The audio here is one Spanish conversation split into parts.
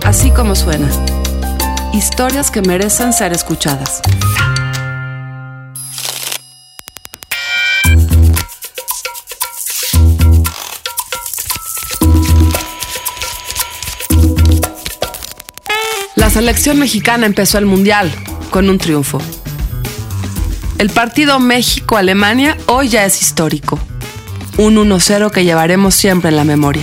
Así como suena. Historias que merecen ser escuchadas. La selección mexicana empezó el Mundial con un triunfo. El partido México-Alemania hoy ya es histórico. Un 1-0 que llevaremos siempre en la memoria.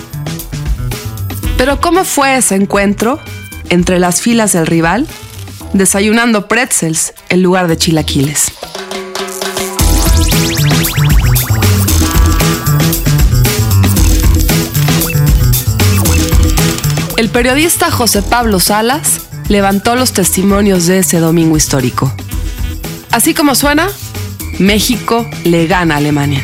Pero ¿cómo fue ese encuentro entre las filas del rival, desayunando pretzels en lugar de chilaquiles? El periodista José Pablo Salas levantó los testimonios de ese domingo histórico. Así como suena, México le gana a Alemania.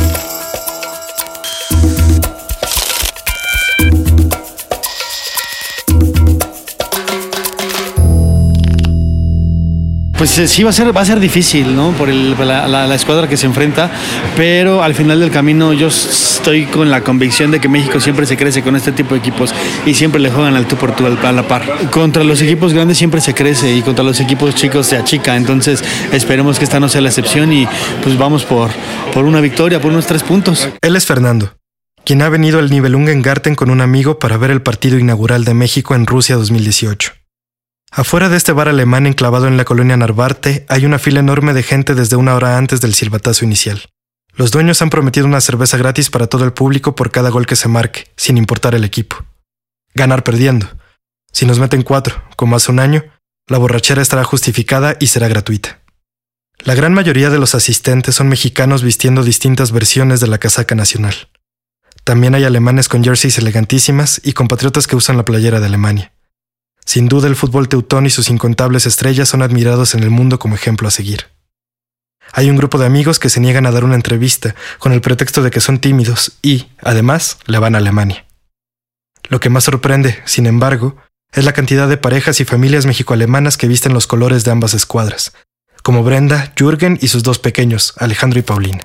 Pues sí, va a ser difícil, ¿no? Por la escuadra que se enfrenta, pero al final del camino yo estoy con la convicción de que México siempre se crece con este tipo de equipos y siempre le juegan al tú por tú, a la par. Contra los equipos grandes siempre se crece y contra los equipos chicos se achica, entonces esperemos que esta no sea la excepción y pues vamos por una victoria, por unos 3 puntos. Él es Fernando, quien ha venido al Nibelungengarten con un amigo para ver el partido inaugural de México en Rusia 2018. Afuera de este bar alemán enclavado en la colonia Narvarte hay una fila enorme de gente desde 1 hora antes del silbatazo inicial. Los dueños han prometido una cerveza gratis para todo el público por cada gol que se marque, sin importar el equipo. Ganar perdiendo. Si nos meten 4, como hace un año, la borrachera estará justificada y será gratuita. La gran mayoría de los asistentes son mexicanos vistiendo distintas versiones de la casaca nacional. También hay alemanes con jerseys elegantísimas y compatriotas que usan la playera de Alemania. Sin duda el fútbol teutón y sus incontables estrellas son admirados en el mundo como ejemplo a seguir. Hay un grupo de amigos que se niegan a dar una entrevista con el pretexto de que son tímidos y, además, le van a Alemania. Lo que más sorprende, sin embargo, es la cantidad de parejas y familias mexico-alemanas que visten los colores de ambas escuadras, como Brenda, Jürgen y sus 2 pequeños, Alejandro y Paulina.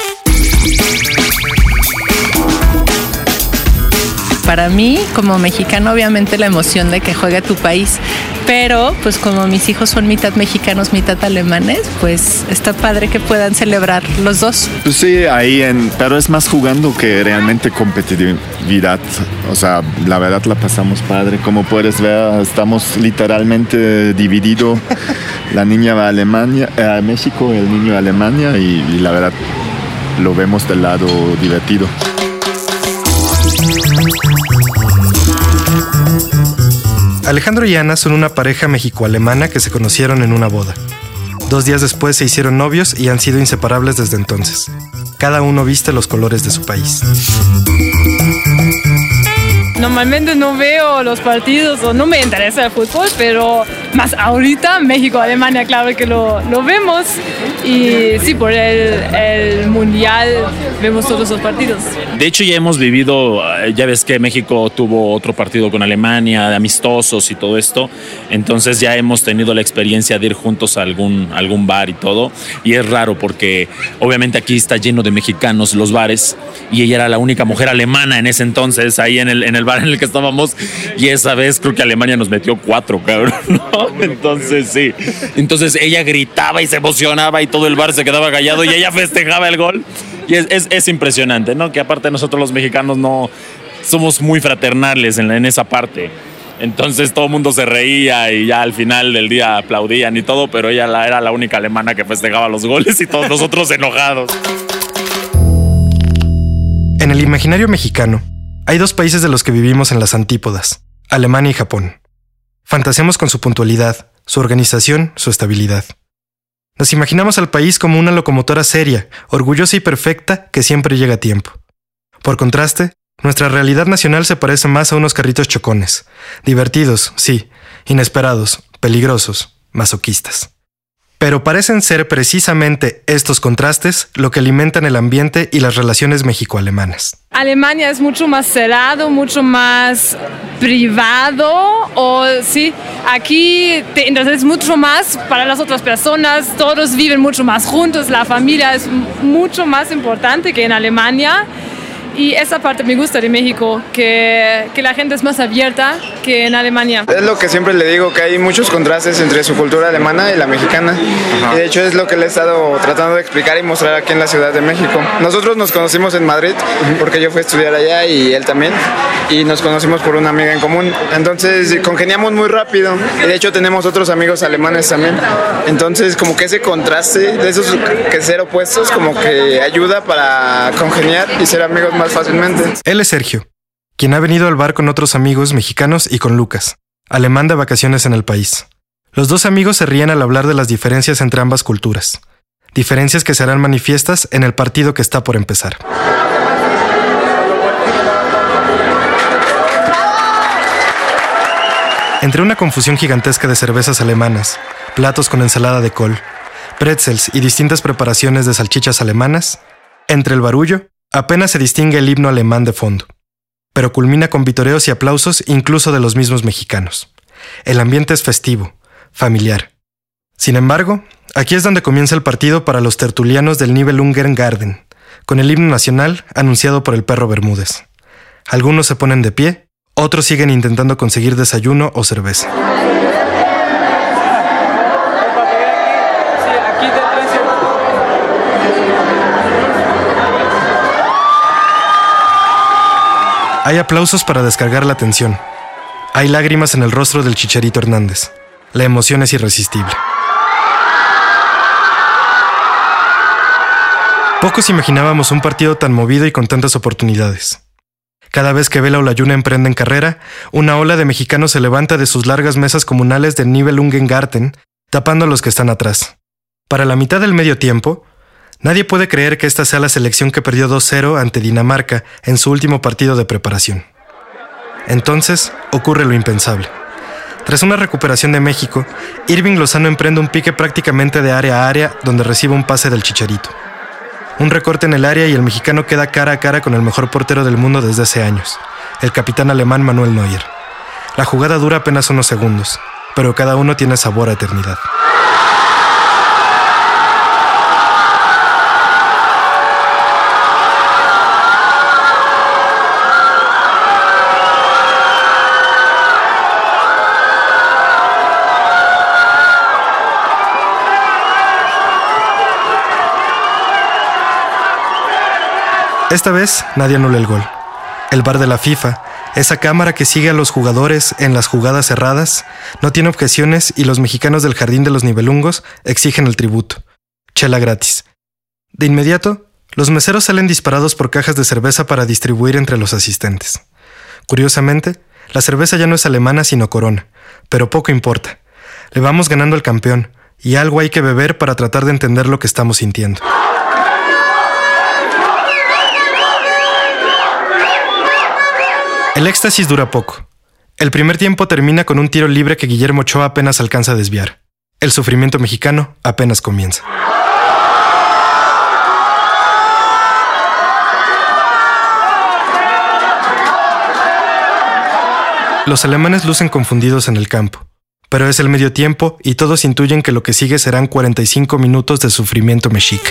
Para mí, como mexicano, obviamente la emoción de que juegue tu país, pero pues como mis hijos son mitad mexicanos, mitad alemanes, pues está padre que puedan celebrar los dos. Pues sí, pero es más jugando que realmente competitividad. O sea, la verdad la pasamos padre. Como puedes ver, estamos literalmente divididos. La niña va a Alemania, a México, el niño a Alemania y la verdad lo vemos del lado divertido. Alejandro y Ana son una pareja mexico-alemana que se conocieron en una boda. 2 días después se hicieron novios y han sido inseparables desde entonces. Cada uno viste los colores de su país. Normalmente no veo los partidos o no me interesa el fútbol, pero más ahorita México-Alemania, claro que lo vemos. Y sí, por el Mundial vemos todos los partidos. De hecho, ya hemos vivido, ya ves que México tuvo otro partido con Alemania, de amistosos y todo esto. Entonces ya hemos tenido la experiencia de ir juntos a algún bar y todo. Y es raro porque obviamente aquí está lleno de mexicanos los bares y ella era la única mujer alemana en ese entonces, ahí en el bar en el que estábamos. Y esa vez creo que Alemania nos metió 4, cabrón, ¿no? Entonces sí. Entonces ella gritaba y se emocionaba y todo el bar se quedaba callado y ella festejaba el gol. Y es impresionante, ¿no? Que aparte nosotros los mexicanos no somos muy fraternales en esa parte. Entonces todo el mundo se reía y ya al final del día aplaudían y todo, pero ella era la única alemana que festejaba los goles y todos nosotros enojados. En el imaginario mexicano, hay 2 países de los que vivimos en las antípodas, Alemania y Japón. Fantaseamos con su puntualidad, su organización, su estabilidad. Nos imaginamos al país como una locomotora seria, orgullosa y perfecta que siempre llega a tiempo. Por contraste, nuestra realidad nacional se parece más a unos carritos chocones. Divertidos, sí, inesperados, peligrosos, masoquistas. Pero parecen ser precisamente estos contrastes lo que alimentan el ambiente y las relaciones mexico-alemanas. Alemania es mucho más cerrado, mucho más privado, o sí, aquí te interesas mucho más para las otras personas, todos viven mucho más juntos, la familia es mucho más importante que en Alemania. Y esa parte me gusta de México, que la gente es más abierta que en Alemania. Es lo que siempre le digo, que hay muchos contrastes entre su cultura alemana y la mexicana. Ajá. Y de hecho es lo que le he estado tratando de explicar y mostrar aquí en la Ciudad de México. Nosotros nos conocimos en Madrid, porque yo fui a estudiar allá y él también. Y nos conocimos por una amiga en común. Entonces congeniamos muy rápido. Y de hecho tenemos otros amigos alemanes también. Entonces como que ese contraste de esos que ser opuestos como que ayuda para congeniar y ser amigos más fácilmente. Él es Sergio, quien ha venido al bar con otros amigos mexicanos y con Lucas, alemán de vacaciones en el país. Los dos amigos se ríen al hablar de las diferencias entre ambas culturas, diferencias que serán manifiestas en el partido que está por empezar. Entre una confusión gigantesca de cervezas alemanas, platos con ensalada de col, pretzels y distintas preparaciones de salchichas alemanas, entre el barullo, apenas se distingue el himno alemán de fondo, pero culmina con vitoreos y aplausos incluso de los mismos mexicanos. El ambiente es festivo, familiar. Sin embargo, aquí es donde comienza el partido para los tertulianos del Nibelungen Garden, con el himno nacional anunciado por el Perro Bermúdez. Algunos se ponen de pie, otros siguen intentando conseguir desayuno o cerveza. Hay aplausos para descargar la tensión. Hay lágrimas en el rostro del Chicharito Hernández. La emoción es irresistible. Pocos imaginábamos un partido tan movido y con tantas oportunidades. Cada vez que Vela Olayuna emprende en carrera, una ola de mexicanos se levanta de sus largas mesas comunales del Nibelungen Garten, tapando a los que están atrás. Para la mitad del medio tiempo, nadie puede creer que esta sea la selección que perdió 2-0 ante Dinamarca en su último partido de preparación. Entonces, ocurre lo impensable. Tras una recuperación de México, Irving Lozano emprende un pique prácticamente de área a área donde recibe un pase del Chicharito. Un recorte en el área y el mexicano queda cara a cara con el mejor portero del mundo desde hace años, el capitán alemán Manuel Neuer. La jugada dura apenas unos segundos, pero cada uno tiene sabor a eternidad. Esta vez nadie anula el gol. El VAR de la FIFA, esa cámara que sigue a los jugadores en las jugadas cerradas, no tiene objeciones y los mexicanos del Jardín de los Nibelungos exigen el tributo. Chela gratis. De inmediato, los meseros salen disparados por cajas de cerveza para distribuir entre los asistentes. Curiosamente, la cerveza ya no es alemana sino Corona, pero poco importa. Le vamos ganando al campeón, y algo hay que beber para tratar de entender lo que estamos sintiendo. El éxtasis dura poco. El primer tiempo termina con un tiro libre que Guillermo Ochoa apenas alcanza a desviar. El sufrimiento mexicano apenas comienza. Los alemanes lucen confundidos en el campo, pero es el medio tiempo y todos intuyen que lo que sigue serán 45 minutos de sufrimiento mexica.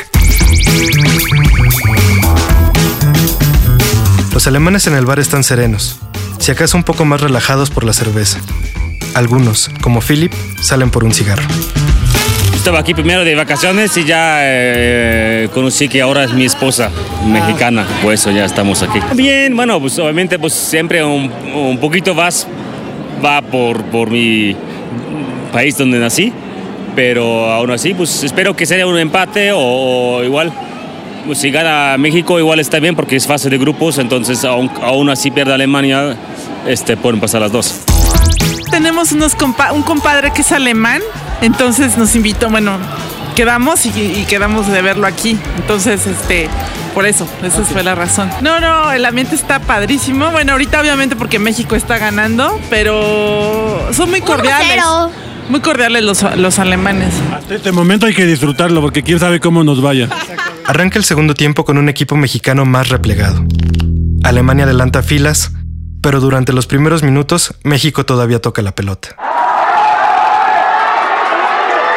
Los alemanes en el bar están serenos, si acaso un poco más relajados por la cerveza. Algunos, como Philip, salen por un cigarro. Estaba aquí primero de vacaciones y ya conocí que ahora es mi esposa mexicana, por eso ya estamos aquí. Bien, bueno, pues obviamente pues siempre un poquito más va por mi país donde nací, pero aún así pues espero que sea un empate o igual. Pues si gana México igual está bien porque es fase de grupos, entonces aún así pierde Alemania, pueden pasar las dos. Tenemos un compadre que es alemán, entonces nos invitó, bueno, quedamos y quedamos de verlo aquí, entonces por eso, esa fue la razón. No, el ambiente está padrísimo, bueno, ahorita obviamente porque México está ganando, pero son muy cordiales. 1-0. Muy cordiales los alemanes. Hasta este momento hay que disfrutarlo porque quién sabe cómo nos vaya. Arranca el segundo tiempo con un equipo mexicano más replegado. Alemania adelanta filas, pero durante los primeros minutos México todavía toca la pelota.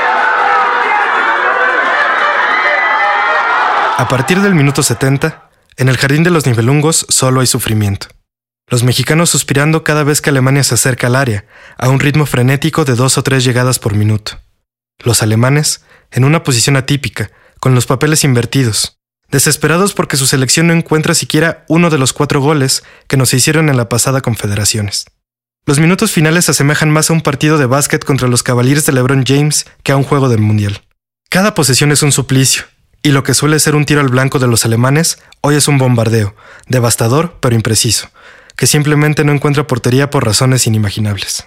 A partir del minuto 70, En el jardín de los Nibelungos solo hay sufrimiento. Los mexicanos suspirando cada vez que Alemania se acerca al área, a un ritmo frenético de 2 o 3 llegadas por minuto. Los alemanes, en una posición atípica, con los papeles invertidos, desesperados porque su selección no encuentra siquiera uno de los 4 goles que nos hicieron en la pasada Confederaciones. Los minutos finales se asemejan más a un partido de básquet contra los Cavaliers de LeBron James que a un juego del Mundial. Cada posesión es un suplicio, y lo que suele ser un tiro al blanco de los alemanes, hoy es un bombardeo, devastador pero impreciso, que simplemente no encuentra portería por razones inimaginables.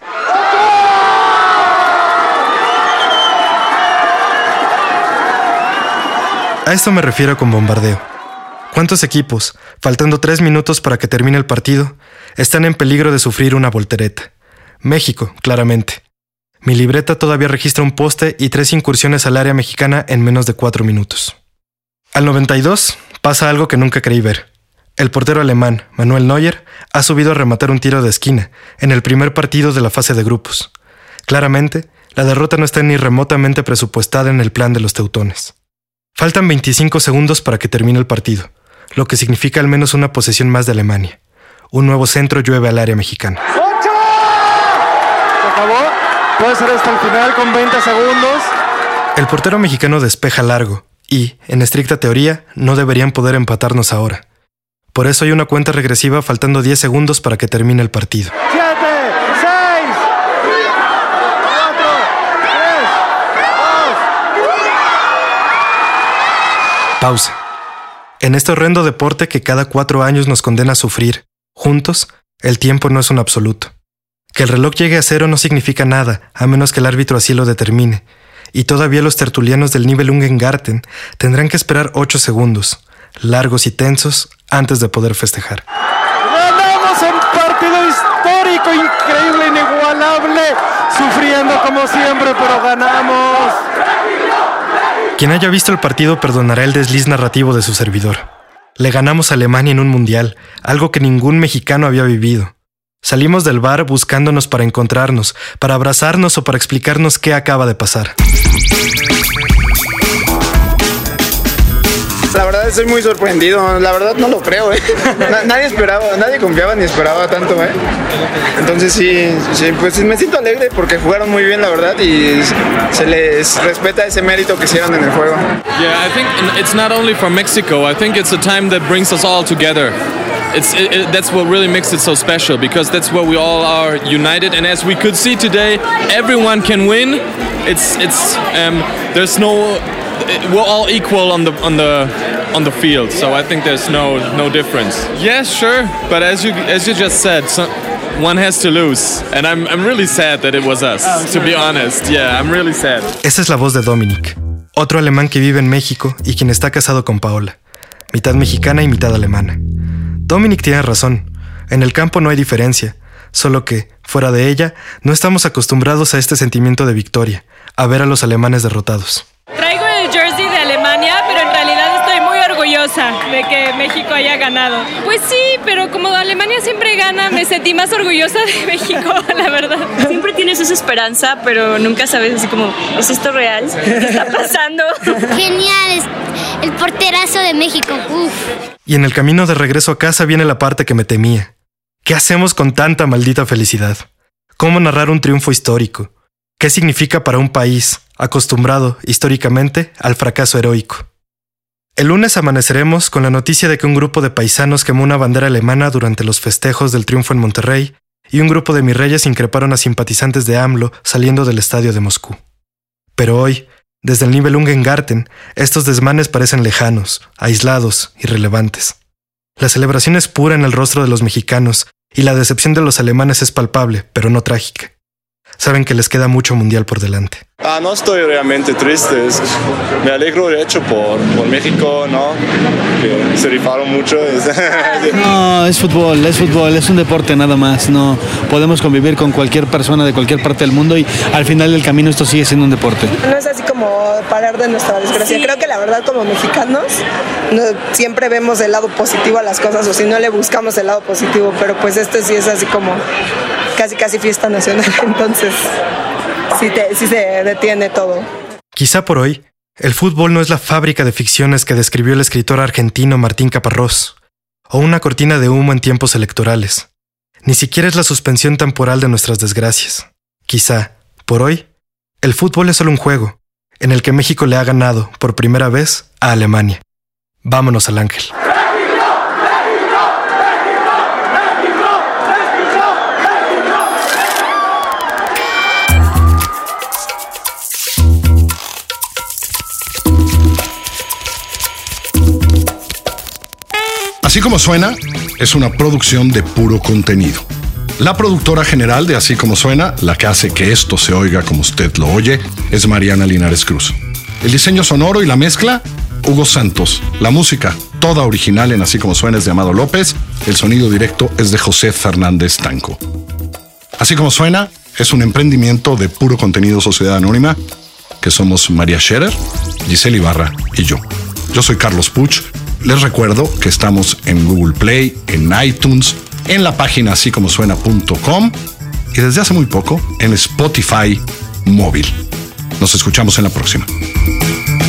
A esto me refiero con bombardeo. ¿Cuántos equipos, faltando 3 minutos para que termine el partido, están en peligro de sufrir una voltereta? México, claramente. Mi libreta todavía registra un poste y 3 incursiones al área mexicana en menos de 4 minutos. Al 92 pasa algo que nunca creí ver. El portero alemán, Manuel Neuer, ha subido a rematar un tiro de esquina en el primer partido de la fase de grupos. Claramente, la derrota no está ni remotamente presupuestada en el plan de los teutones. Faltan 25 segundos para que termine el partido, lo que significa al menos una posesión más de Alemania. Un nuevo centro llueve al área mexicana. ¡8! Se acabó. Puede ser hasta el final con 20 segundos. El portero mexicano despeja largo y, en estricta teoría, no deberían poder empatarnos ahora. Por eso hay una cuenta regresiva faltando 10 segundos para que termine el partido. 7, 6, 4, 3, 2. Pausa. En este horrendo deporte que cada 4 años nos condena a sufrir, juntos, el tiempo no es un absoluto. Que el reloj llegue a 0 no significa nada, a menos que el árbitro así lo determine, y todavía los tertulianos del Nibelungengarten tendrán que esperar 8 segundos, largos y tensos, antes de poder festejar. ¡Ganamos un partido histórico, increíble, inigualable! Sufriendo como siempre, pero ganamos. Quien haya visto el partido perdonará el desliz narrativo de su servidor. Le ganamos a Alemania en un mundial, algo que ningún mexicano había vivido. Salimos del bar buscándonos para encontrarnos, para abrazarnos o para explicarnos qué acaba de pasar. La verdad estoy muy sorprendido, la verdad no lo creo, Nadie esperaba, nadie confiaba ni esperaba tanto, Entonces sí, pues me siento alegre porque jugaron muy bien, la verdad, y se les respeta ese mérito que hicieron en el juego. Yeah, I think it's not only for Mexico, I think it's a time that brings us all together. That's what really makes it so special, because that's where we all are united, and as we could see today, everyone can win. There's no, we're all equal on the field, so I think there's no difference. Yes, sure, but as you just said, one has to lose, and I'm really sad that it was us. To be honest, yeah, I'm really sad. Esa es la voz de Dominic, otro alemán que vive en México y quien está casado con Paola, mitad mexicana y mitad alemana. Dominic tiene razón. En el campo no hay diferencia, solo que, fuera de ella, no estamos acostumbrados a este sentimiento de victoria, a ver a los alemanes derrotados. Traigo el jersey de Alemania, pero en realidad estoy muy orgullosa de que México haya ganado. Pues sí, pero como Alemania siempre gana, me sentí más orgullosa de México, la verdad. Siempre tienes esa esperanza, pero nunca sabes así como, ¿es esto real? ¿Qué está pasando? Genial, el porterazo de México. Uf. Y en el camino de regreso a casa viene la parte que me temía. ¿Qué hacemos con tanta maldita felicidad? ¿Cómo narrar un triunfo histórico? ¿Qué significa para un país acostumbrado, históricamente, al fracaso heroico? El lunes amaneceremos con la noticia de que un grupo de paisanos quemó una bandera alemana durante los festejos del triunfo en Monterrey y un grupo de mis reyes increparon a simpatizantes de AMLO saliendo del estadio de Moscú. Pero hoy, desde el Nibelungengarten, estos desmanes parecen lejanos, aislados, irrelevantes. La celebración es pura en el rostro de los mexicanos y la decepción de los alemanes es palpable, pero no trágica. Saben que les queda mucho mundial por delante. No estoy realmente triste. Me alegro de hecho por México, ¿no? Que se rifaron mucho. No, es fútbol, es un deporte nada más. No podemos convivir con cualquier persona de cualquier parte del mundo y al final del camino esto sigue siendo un deporte. No es así como parar de nuestra desgracia. Sí. Creo que la verdad como mexicanos siempre vemos el lado positivo a las cosas, o si no le buscamos el lado positivo, pero pues este sí es así como casi fiesta nacional, entonces sí se detiene todo. Quizá por hoy, el fútbol no es la fábrica de ficciones que describió el escritor argentino Martín Caparrós, o una cortina de humo en tiempos electorales. Ni siquiera es la suspensión temporal de nuestras desgracias. Quizá, por hoy, el fútbol es solo un juego, en el que México le ha ganado, por primera vez, a Alemania. Vámonos al Ángel. Así como suena, es una producción de Puro Contenido. La productora general de Así como suena, la que hace que esto se oiga como usted lo oye, es Mariana Linares Cruz. El diseño sonoro y la mezcla, Hugo Santos. La música, toda original en Así como suena, es de Amado López. El sonido directo es de José Fernández Tanco. Así como suena, es un emprendimiento de Puro Contenido Sociedad Anónima, que somos María Scherer, Giselle Ibarra y yo. Yo soy Carlos Puch. Les recuerdo que estamos en Google Play, en iTunes, en la página asícomosuena.com y desde hace muy poco en Spotify móvil. Nos escuchamos en la próxima.